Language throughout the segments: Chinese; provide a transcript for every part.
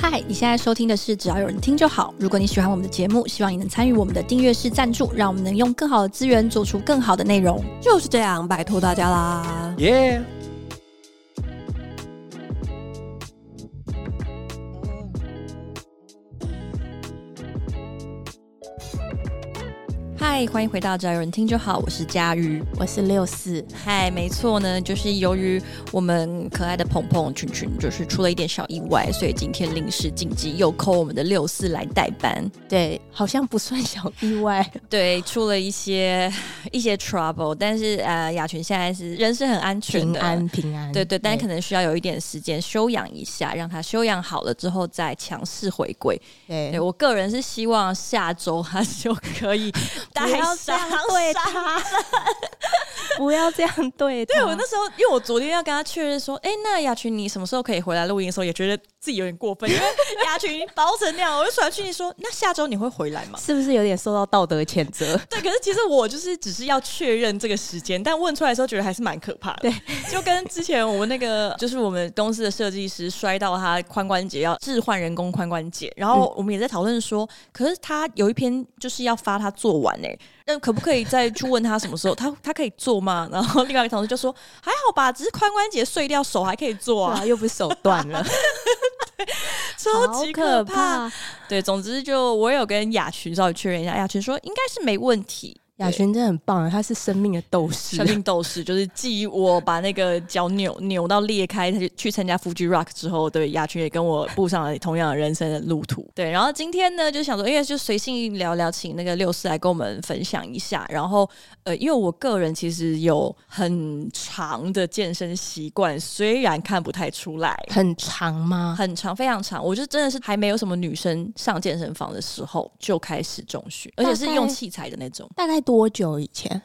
嗨，你现在收听的是只要有人听就好。如果你喜欢我们的节目，希望你能参与我们的订阅式赞助，让我们能用更好的资源做出更好的内容。 就是这样，拜托大家啦！ 耶、 嗨，欢迎回到只要有人听就好，我是佳瑜， 我是64。 嗨，没错呢，就是由于我们可爱的鹏鹏群群就是出了一点小意外，所以今天临时紧急又call我们的64来代班。 对，好像不算小意外。 对，出了一些 trouble， 但是雅群现在人是很安全的， 平安。 对对，但是可能需要有一点时间休养一下，让他休养好了之后再强势回归。对，我个人是希望下周他就可以不要这样对他，不要这样对他。 对，我那时候因为我昨天要跟他确认说，那雅群你什么时候可以回来录音的时候，也觉得自己有点过分，因为雅群包成那样，我就传讯息说，那下周你会回来吗？ 是不是有点受到道德谴责？ 对，可是其实我就是只是要确认这个时间，但问出来的时候觉得还是蛮可怕的。 对， 就跟之前我们那个就是我们公司的设计师摔到他髋关节，要置换人工髋关节，然后我们也在讨论说，可是他有一篇就是要发他做完那可不可以再去问他什么时候他可以做吗？然后另外一个同事就说还好吧，只是髋关节碎掉，手还可以做啊， 又不是手断了。 超级可怕。对，总之就我有跟雅群稍微确认一下，雅群说应该是没问题。 雅群真的很棒，他是生命的斗士。 生命斗士就是继我把那个脚扭到裂开，他就去参加 Fuji Rock 之后，对，雅群也跟我步上了同样的人生的路途。对，然后今天呢，就想说，因为就随性聊聊，请那个64来跟我们分享一下。然后因为我个人其实有很长的健身习惯，虽然看不太出来。 很长吗？ 很长，非常长。我就真的是还没有什么女生上健身房的时候就开始重训，而且是用器材的那种。 大概多久以前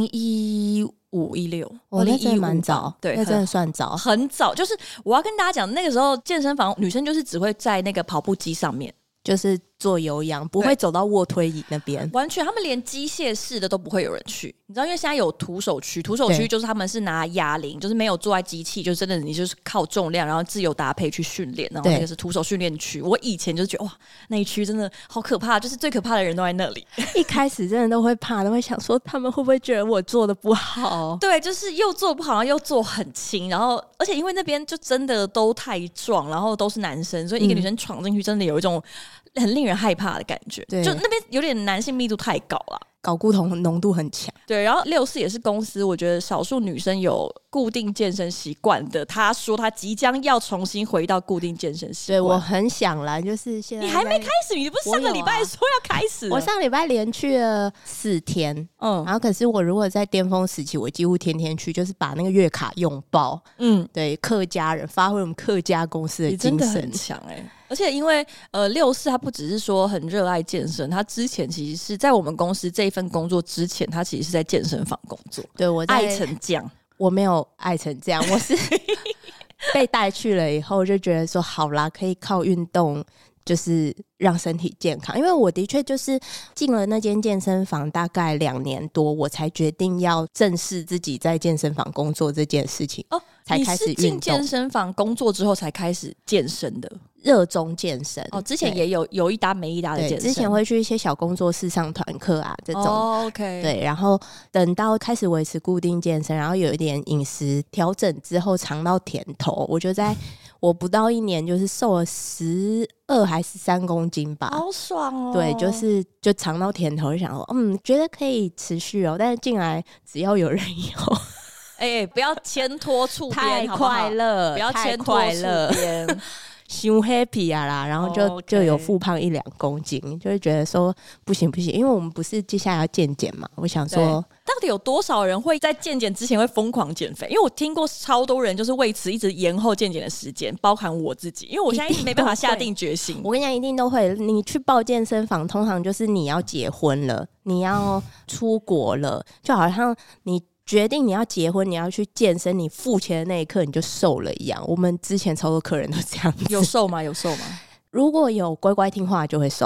？2015、16， 那真的蛮早， 对， 那真的算早， 很早。就是我要跟大家讲，那个时候健身房女生就是只会在那个跑步机上面， 就是做有氧，不会走到卧推椅那边， 完全他们连机械式的都不会有人去。你知道，因为现在有徒手区就是他们是拿哑铃，就是没有坐在机器，就真的你就是靠重量，然后自由搭配去训练，然后那个是徒手训练区。我以前就是觉得哇，那一区真的好可怕，就是最可怕的人都在那里。 一开始真的都会怕，都会想说他们会不会觉得我做的不好？ 对，就是又做不好，然后又做很轻，然后而且因为那边就真的都太壮，然后都是男生，所以一个女生闯进去真的有一种很令人害怕的感觉。就那边有点男性密度太高了， 睾固酮浓度很强。 对，然后64也是公司我觉得少数女生有固定健身习惯的。她说她即将要重新回到固定健身习惯。 对，我很想啦，就是现在你还没开始，你不是上个礼拜说要开始？ 我上礼拜连去了4天，然后可是我如果在巅峰时期，我几乎天天去，就是把那个月卡用爆。对，客家人发挥我们客家公司的精神， 真的很强而且因为64他不只是说很热爱健身，他之前其实是在我们公司这一份工作之前，他其实是在健身房工作。 对，我爱成这样， 我没有爱成这样，我是被带去了以后就觉得说好啦，可以靠运动就是让身体健康。因为我的确就是进了那间健身房大概2年多，我才决定要正视自己在健身房工作这件事情。才开始运动。你是进健身房工作之后才开始健身的？ 热衷健身。 之前也有一搭没一搭的健身。 之前会去一些小工作室上团课啊这种。 OK。 对，然后等到开始维持固定健身，然后有一点饮食调整之后尝到甜头，我就在我不到1年就是瘦了12还是13公斤吧。 好爽哦。 对，就尝到甜头，就想说觉得可以持续哦，但是进来只要有人有不要牵拖触边， 太快乐， 不要牵拖触边。 太 happy 啊啦，然后就有复胖1-2公斤，就会觉得说不行，因为我们不是接下来要健检嘛，我想说到底有多少人会在健检之前会疯狂减肥？因为我听过超多人就是为此一直延后健检的时间，包含我自己，因为我现在一直没办法下定决心。 我跟你讲，一定都会。你去报健身房，通常就是你要结婚了，你要出国了，就好像你决定你要结婚，你要去健身，你付钱的那一刻你就瘦了一样。我们之前超多客人都这样子。 有瘦吗？ 如果有乖乖听话就会瘦。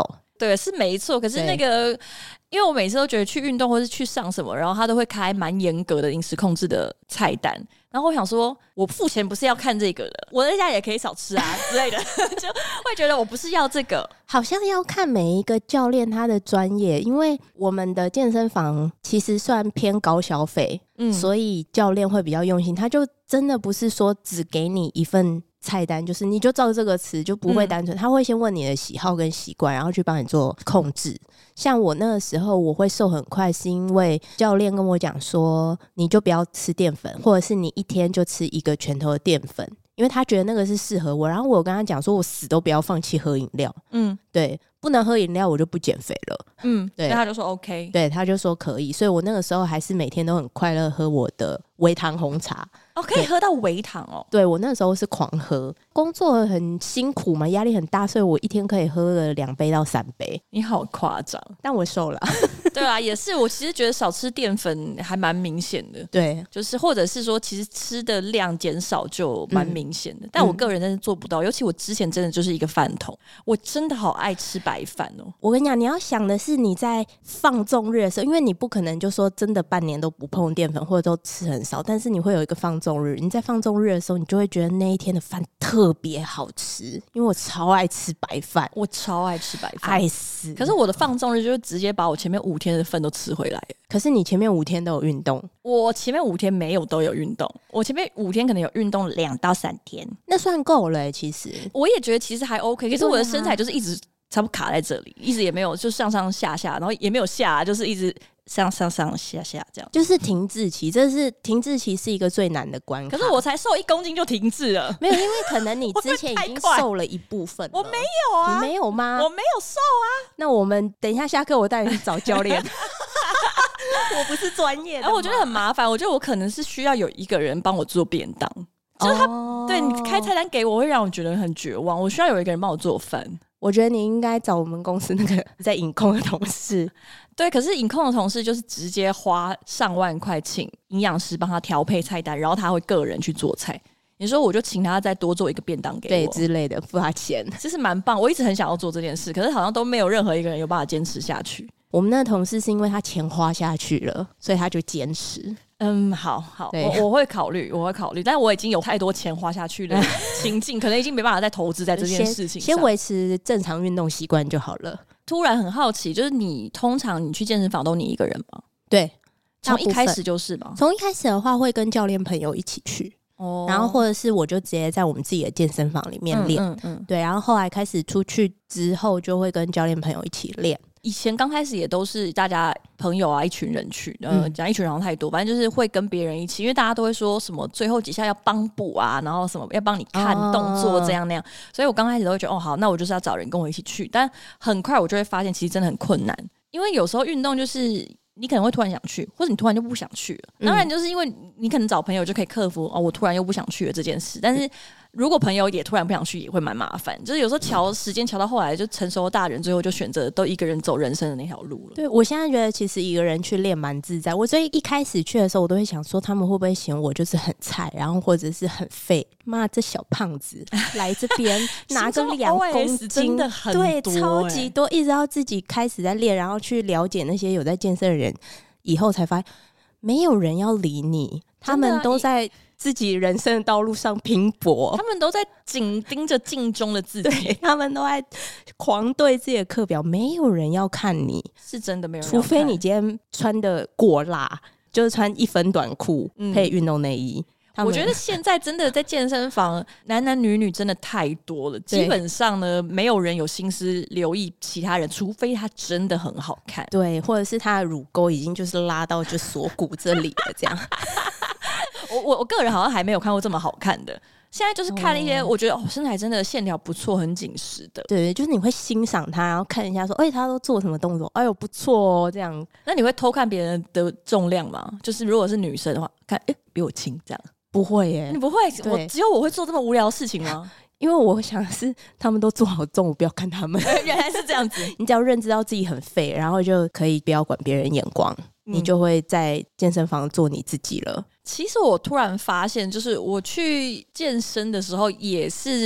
对，是没错。可是那个，因为我每次都觉得去运动或是去上什么，然后他都会开蛮严格的饮食控制的菜单，然后我想说，我付钱不是要看这个的，我在家也可以少吃啊之类的，就会觉得我不是要这个。 好像要看每一个教练他的专业，因为我们的健身房其实算偏高消费，所以教练会比较用心，他就真的不是说只给你一份菜单，就是你就照这个吃，就不会单纯，他会先问你的喜好跟习惯，然后去帮你做控制。像我那个时候我会瘦很快，是因为教练跟我讲说，你就不要吃淀粉，或者是你一天就吃1个拳头的淀粉，因为他觉得那个是适合我。然后我跟他讲说，我死都不要放弃喝饮料，对，不能喝饮料我就不减肥了， 对，他就说 OK， 对，他就说可以，所以我那个时候还是每天都很快乐喝我的微糖红茶。 可以喝到微糖哦。 对，我那时候是狂喝，工作很辛苦嘛，压力很大，所以我一天可以喝了2杯到3杯。 你好夸张， 但我瘦了。 对啊，也是，我其实觉得少吃淀粉还蛮明显的。 对， 就是或者是说其实吃的量减少就蛮明显的，但我个人真的做不到，尤其我之前真的就是一个饭桶，我真的好爱吃白饭哦。 我跟你讲，你要想的是你在放纵日的时候，因为你不可能就说真的半年都不碰淀粉或者都吃很少，但是你会有一个放纵日，你在放纵日的时候，你就会觉得那一天的饭特别好吃，因为我超爱吃白饭， 我超爱吃白饭， 爱死。 可是我的放纵日就是直接把我前面5天的饭都吃回来了。 可是你前面5天都有运动， 我前面5天没有都有运动，我前面5天可能有运动2到3天， 那算够了其实我也觉得其实还 OK， 可是我的身材就是一直差不多卡在这里，一直也没有就上上下下，然后也没有下，就是一直上上上下下这样， 就是停滞期。停滞期是一个最难的关卡。 可是我才瘦1公斤就停滞了， 没有，因为可能你之前已经瘦了一部分了。 我没有啊， 你没有吗？ 我没有瘦啊。 那我们等一下下课，我带你去找教练。我不是专业的， 我觉得很麻烦。我觉得我可能是需要有一个人帮我做便当，就是他对你开菜单给我，会让我觉得很绝望。我需要有一个人帮我做饭。 我觉得你应该找我们公司那个在饮控的同事。 对，可是饮控的同事就是直接花上万块请营养师帮他调配菜单，然后他会个人去做菜。你说我就请他再多做一个便当给我， 对之类的，付他钱， 其实蛮棒。我一直很想要做这件事，可是好像都没有任何一个人有办法坚持下去。 我们那个同事是因为他钱花下去了，所以他就坚持。 好，我会考虑，但我已经有太多钱花下去了情境，可能已经没办法再投资在这件事情上。 先维持正常运动习惯就好了。 突然很好奇，就是通常你去健身房都你一个人吗？ 对， 从一开始就是吗？ 从一开始的话会跟教练朋友一起去。然后或者是我就直接在我们自己的健身房里面练，对，然后后来开始出去之后就会跟教练朋友一起练。 以前刚开始也都是大家朋友啊，一群人去，讲一群人好像太多，反正就是会跟别人一起，因为大家都会说什么最后几下要帮补啊，然后什么要帮你看动作这样那样，所以我刚开始都会觉得好，那我就是要找人跟我一起去，但很快我就会发现其实真的很困难，因为有时候运动就是你可能会突然想去，或者你突然就不想去了。当然，就是因为你可能找朋友就可以克服我突然又不想去了这件事。但是如果朋友也突然不想去，也会蛮麻烦。就是有时候时间瞧到后来，就成熟的大人最后就选择都一个人走人生的那条路了。 对，我现在觉得其实一个人去练蛮自在。我所以一开始去的时候，我都会想说，他们会不会嫌我就是很菜，然后或者是很废？妈，这小胖子来这边拿个2公斤， 真的很多， 对，超级多，一直到自己开始在练，然后去了解那些有在健身的人，以后才发现没有人要理你，他们都在自己人生的道路上拼搏， 他们都在紧盯着镜中的自己， 他们都在狂对自己的课表，没有人要看你， 是真的没有人要看， 除非你今天穿的过辣，就是穿1分短裤配运动内衣。 我觉得现在真的在健身房男男女女真的太多了，基本上呢没有人有心思留意其他人，除非他真的很好看， 对，或者是他的乳沟已经就是拉到就锁骨这里了这样。 我个人好像还没有看过这么好看的，现在就是看了一些我觉得身材真的线条不错很紧实的， 对，就是你会欣赏他，然后看一下说他都做什么动作，哎呦不错哦这样。 那你会偷看别人的重量吗？就是如果是女生的话，看比我轻这样。 不会耶， 你不会？只有我会做这么无聊的事情吗？ 因为我想的是他们都做好重，我不要看他们。 原来是这样子， 你只要认知到自己很废，然后就可以不要管别人眼光，你就会在健身房做你自己了。 其实我突然发现，就是我去健身的时候也是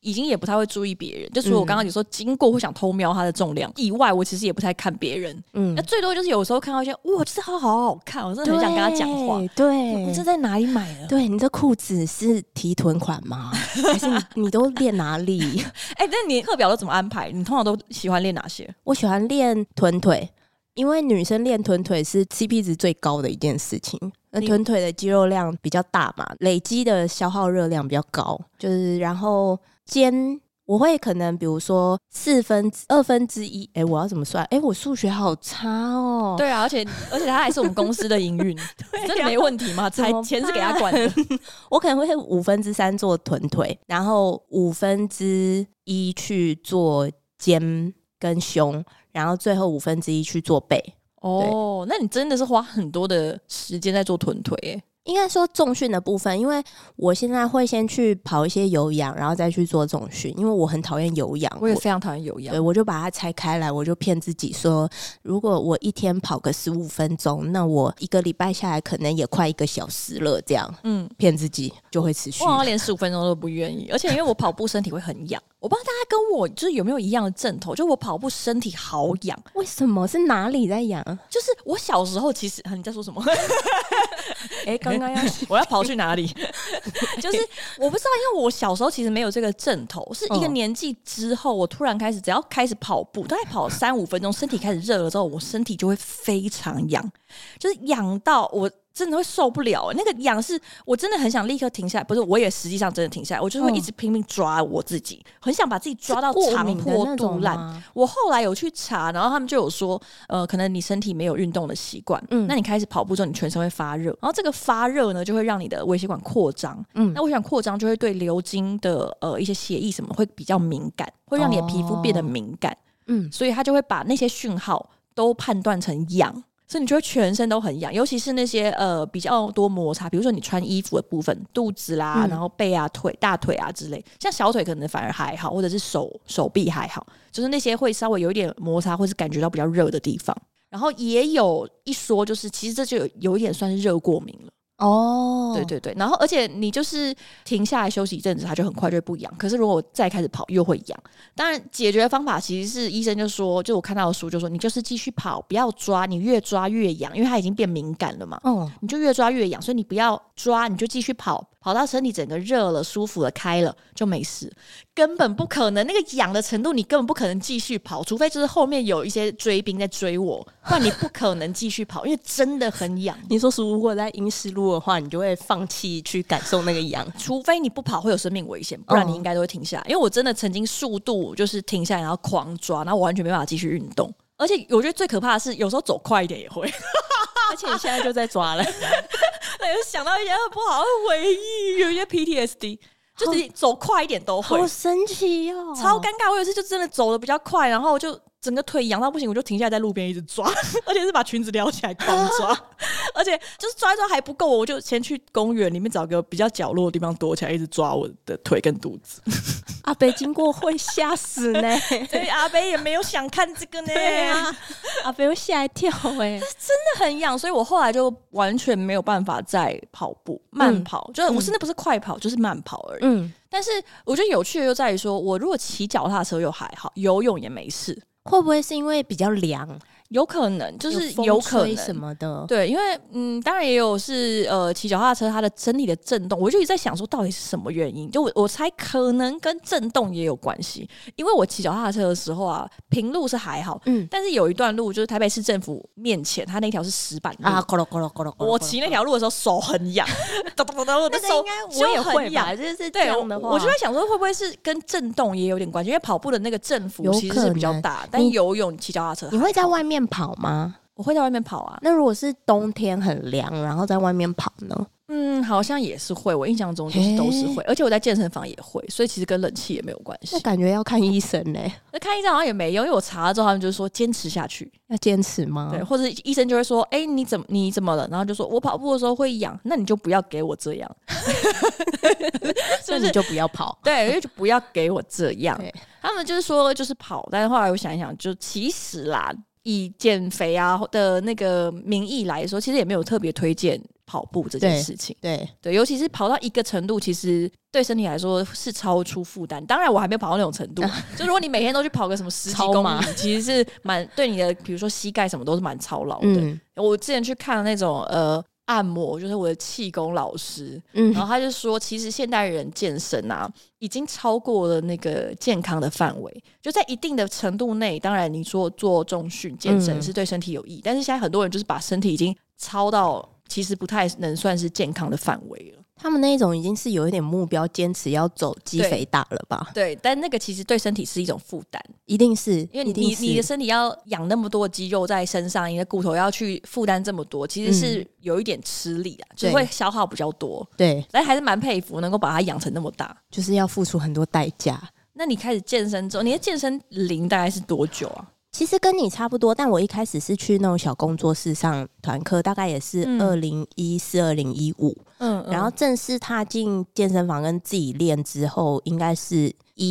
已经也不太会注意别人，就除了我刚刚有说经过会想偷瞄他的重量以外，我其实也不太看别人。那最多就是有时候看到一些哇，这好看，我真的很想跟他讲话。 对， 你这在哪里买的？ 对，你这裤子是提臀款吗？还是你都练哪里？ 那你课表都怎么安排？你通常都喜欢练哪些？ 我喜欢练臀腿。因为女生练臀腿是 CP 值最高的一件事情，那臀腿的肌肉量比较大嘛，累积的消耗热量比较高，就是然后肩我会可能比如说1/2，我要怎么算？我数学好差哦。 对啊，而且他还是我们公司的营运，真的没问题吗？钱是给他管的。 我可能会3/5做臀腿，然后1/5去做肩跟胸。然后最后1/5去做背。 那你真的是花很多的时间在做臀腿耶。 应该说重训的部分，因为我现在会先去跑一些有氧，然后再去做重训，因为我很讨厌有氧。 我也非常讨厌有氧。 对，我就把它拆开来，我就骗自己说，如果我一天跑个15分钟，那我1个礼拜下来可能也快1个小时了，这样。骗自己就会持续。 我好像连15分钟都不愿意，而且因为我跑步身体会很痒。我不知道大家跟我就是有没有一样的症头，就我跑步身体好痒。 为什么？是哪里在痒？ 就是我小时候其实你在说什么？ 刚刚我要跑去哪里？就是我不知道，因为我小时候其实没有这个症头，是一个年纪之后，我突然只要开始跑步，大概跑3-5分钟，身体开始热了之后，我身体就会非常痒，就是痒到我真的会受不了。那个痒是我真的很想立刻停下来，不是，我也实际上真的停下来，我就会一直拼命抓我自己，很想把自己抓到肠破肚烂。我后来有去查，然后他们就有说可能你身体没有运动的习惯，那你开始跑步之后你全身会发热，然后这个发热呢就会让你的微血管扩张，那微血管扩张就会对流经的一些血液什么会比较敏感，会让你的皮肤变得敏感，所以它就会把那些讯号都判断成痒，所以你就会全身都很痒，尤其是那些比较多摩擦，比如说你穿衣服的部分，肚子啦，然后背啊、腿、大腿啊之类，像小腿可能反而还好，或者是手臂还好，就是那些会稍微有一点摩擦或是感觉到比较热的地方。然后也有一说，就是其实这就有一点算是热过敏了。对对对，然后而且你就是停下来休息一阵子，它就很快就会不痒。可是如果我再开始跑，又会痒。当然，解决的方法其实是医生就说，就我看到的书就说，你就是继续跑，不要抓，你越抓越痒，因为它已经变敏感了嘛。你就越抓越痒，所以你不要抓，你就继续跑，跑到身体整个热了、舒服了、开了就没事。根本不可能，那个痒的程度你根本不可能继续跑，除非就是后面有一些追兵在追我，不然你不可能继续跑，因为真的很痒。 你说如果在阴湿路的话，你就会放弃去感受那个痒， 除非你不跑会有生命危险，不然你应该都会停下来。因为我真的曾经速度就是停下来然后狂抓，然后我完全没办法继续运动。而且我觉得最可怕的是有时候走快一点也会而且你现在就在抓了想到一些不好的回忆，有一些 PTSD，就是走快一点都会， 好神奇哦， 超尴尬。我有一次就真的走的比较快，然后就整个腿痒到不行，我就停下来在路边一直抓而且是把裙子撩起来狂抓而且就是抓一抓还不够，我就先去公园里面找个比较角落的地方躲起来，一直抓我的腿跟肚子阿北经过会吓死呢所以阿北也没有想看这个呢对啊，阿北会吓一跳真的很痒，所以我后来就完全没有办法再跑步慢跑，就是我真的不是快跑就是慢跑而已但是我觉得有趣的就在于说，我如果骑脚踏车又还好，游泳也没事。 会不会是因为比较凉？ 有可能，就是有可能什么的。 对，因为当然也有是骑脚踏车它的身体的震动，我就一直在想说到底是什么原因，就我猜可能跟震动也有关系。因为我骑脚踏车的时候啊，平路是还好，但是有一段路就是台北市政府面前，它那条是石板路啊， 我骑那条路的时候手很痒，我的手我也会痒， 就是这样的话， 我就在想说会不会是跟震动也有点关系，因为跑步的那个振幅其实是比较大，但游泳骑脚踏车你会在外面跑吗？ 我会在外面跑啊。 那如果是冬天很凉，然后在外面跑呢？ 好像也是会，我印象中就是都是会，而且我在健身房也会，所以其实跟冷气也没有关系。 那感觉要看医生呢？ 那看医生好像也没用，因为我查了之后，他们就说坚持下去。 要坚持吗？ 对，或者医生就会说，你怎么了？然后就说我跑步的时候会痒，那你就不要给我这样， 是不是？你就不要跑， 对，就不要给我这样。他们就是说就是跑，但是后来我想一想，就其实啦。以减肥啊的那个名义来说，其实也没有特别推荐跑步这件事情。 对， 尤其是跑到一个程度，其实对身体来说是超出负担。当然我还没有跑到那种程度就如果你每天都去跑个什么10几公里，其实是蛮对你的比如说膝盖什么都是蛮操劳的。我之前去看那种按摩，就是我的气功老师，然后他就说其实现代人健身啊已经超过了那个健康的范围，就在一定的程度内，当然你说做重训健身是对身体有益，但是现在很多人就是把身体已经超到其实不太能算是健康的范围了。 他们那一种已经是有一点目标，坚持要走肌肥大了吧？ 对，但那个其实对身体是一种负担， 一定是， 因为你的身体要养那么多肌肉在身上，你的骨头要去负担这么多，其实是有一点吃力的，就是会消耗比较多。对，但还是蛮佩服能够把它养成那么大， 就是要付出很多代价。 那你开始健身之后，你的健身龄大概是多久啊？ 其实跟你差不多，但我一开始是去那种小工作室上团课，大概也是2014、2015，然后正式踏进健身房跟自己练之后，应该是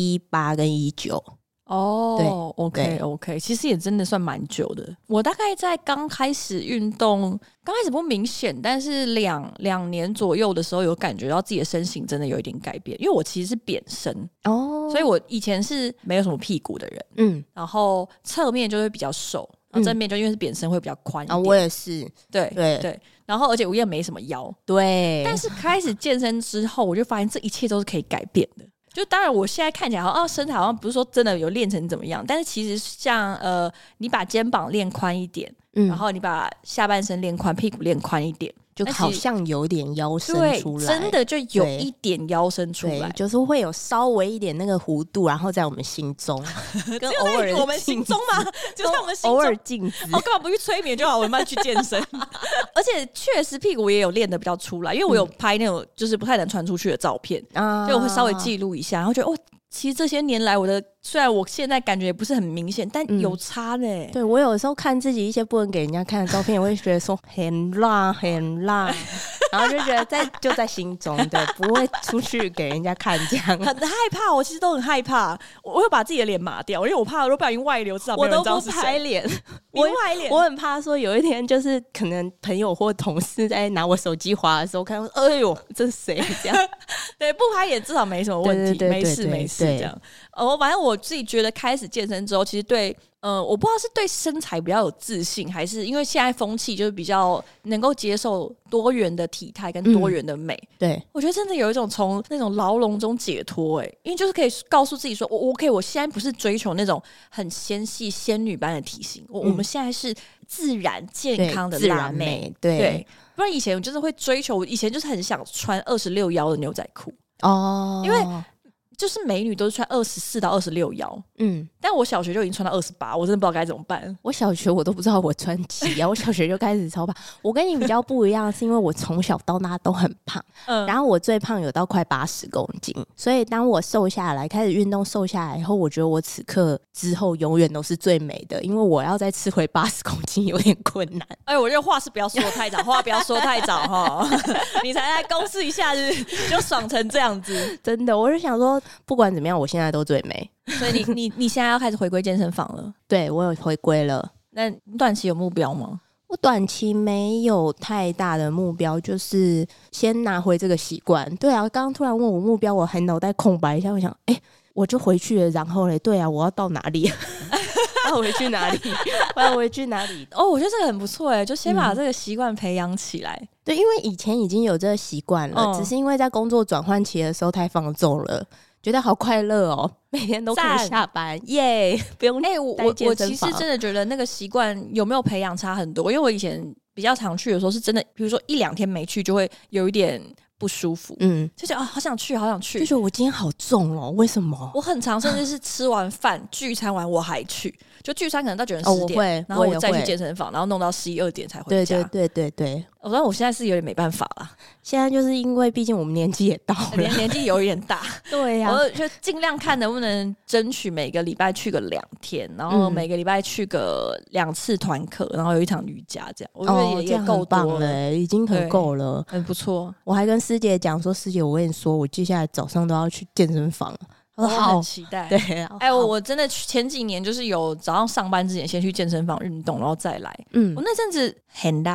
18跟19。 哦，对 OK， 其实也真的算蛮久的。我大概在刚开始运动，刚开始不明显，但是两年左右的时候，有感觉到自己的身形真的有一点改变。因为我其实是扁身所以我以前是没有什么屁股的人，然后侧面就会比较瘦，然后正面就因为是扁身会比较宽一点。 我也是， 对，然后而且我也没什么腰， 对。 但是开始健身之后，我就发现这一切都是可以改变的。就当然我现在看起来好像身材好像不是说真的有练成怎么样，但是其实像你把肩膀练宽一点，然后你把下半身练宽，屁股练宽一点， 就好像有点腰身出来， 真的就有一点腰身出来， 就是会有稍微一点那个弧度，然后在我们心中跟偶尔我们心中吗？就在我们心中偶尔镜子， 干嘛不去催眠就好？我们去健身而且确实屁股也有练得比较出来，因为我有拍那种就是不太能传出去的照片就我会稍微记录一下，然后觉得其实这些年来我的虽然我现在感觉也不是很明显，但有差呢。 对，我有时候看自己一些不能给人家看的照片，我会觉得说很辣很辣然后就觉得就在心中，对，不会出去给人家看这样。 很害怕，我其实都很害怕，我会把自己的脸码掉，因为我怕如果不小心外流，至少没有人知道是谁。 我都不拍脸我很怕说有一天就是可能朋友或同事在拿我手机滑的时候看到哎呦这是谁这样对，不拍脸至少没什么问题，没事这样。反正我自己觉得开始健身之后，其实对我不知道是对身材比较有自信，还是因为现在风气就是比较能够接受多元的体态跟多元的美。 对， 我觉得真的有一种从那种牢笼中解脱因为就是可以告诉自己说我现在不是追求那种很纤细仙女般的体型，我们现在是自然健康的辣妹。对，不然以前我就是会追求，以前就是很想穿26腰的牛仔裤因为就是美女都是穿24到26腰，但我小学就已经穿到28，我真的不知道该怎么办。 我小学我都不知道我穿几腰，我小学就开始超胖。我跟你比较不一样，是因为我从小到大都很胖，然后我最胖有到快80公斤，所以当我瘦下来，开始运动瘦下来以后，我觉得我此刻之后永远都是最美的，因为我要再吃回80公斤有点困难。 我觉得话是不要说太早，话不要说太早哈，你才来公示一下就爽成这样子， 真的，我就想说，不管怎么样，我现在都最美。 所以你现在要开始回归健身房了？ 对，我有回归了。 那你短期有目标吗？ 我短期没有太大的目标，就是先拿回这个习惯。对啊，刚刚突然问我目标，我还脑袋空白一下，我想，我就回去了，然后嘞，对啊，我要到哪里？我要回去哪里？我要回去哪里？ 我觉得这个很不错就先把这个习惯培养起来。 对，因为以前已经有这个习惯了，只是因为在工作转换期的时候太放纵了。觉得好快乐哦，每天都可以下班耶，不用我其实真的觉得那个习惯有没有培养差很多，因为我以前比较常去的时候是真的，比如说1-2天没去就会有一点不舒服，就觉得好想去， 就觉得我今天好重哦，为什么？ 我很常甚至是吃完饭聚餐完我还去，就聚餐可能到9点10点，然后我再去健身房，然后弄到11、2点才回家。 对。 我说我现在是有点没办法啦， 现在就是因为毕竟我们年纪也到了， 年纪有一点大， 对呀， 我就尽量看能不能争取每个礼拜去个2天，然后每个礼拜去个2次团课，然后有一场瑜伽，这样我觉得也够多了，已经很够了， 很不错。 我还跟师姐讲说，师姐，我跟你说，我接下来早上都要去健身房。 我很期待。 对， 我真的前几年就是有早上上班之前先去健身房运动，然后再来。我那阵子很大。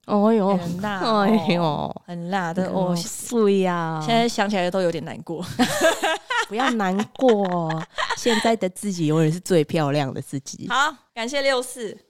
哦哟， 很辣哦， 哎呦， 很辣的哦， 碎呀！ 现在想起来都有点难过。 不要难过，现在的自己永远是最漂亮的自己。 好，感谢64。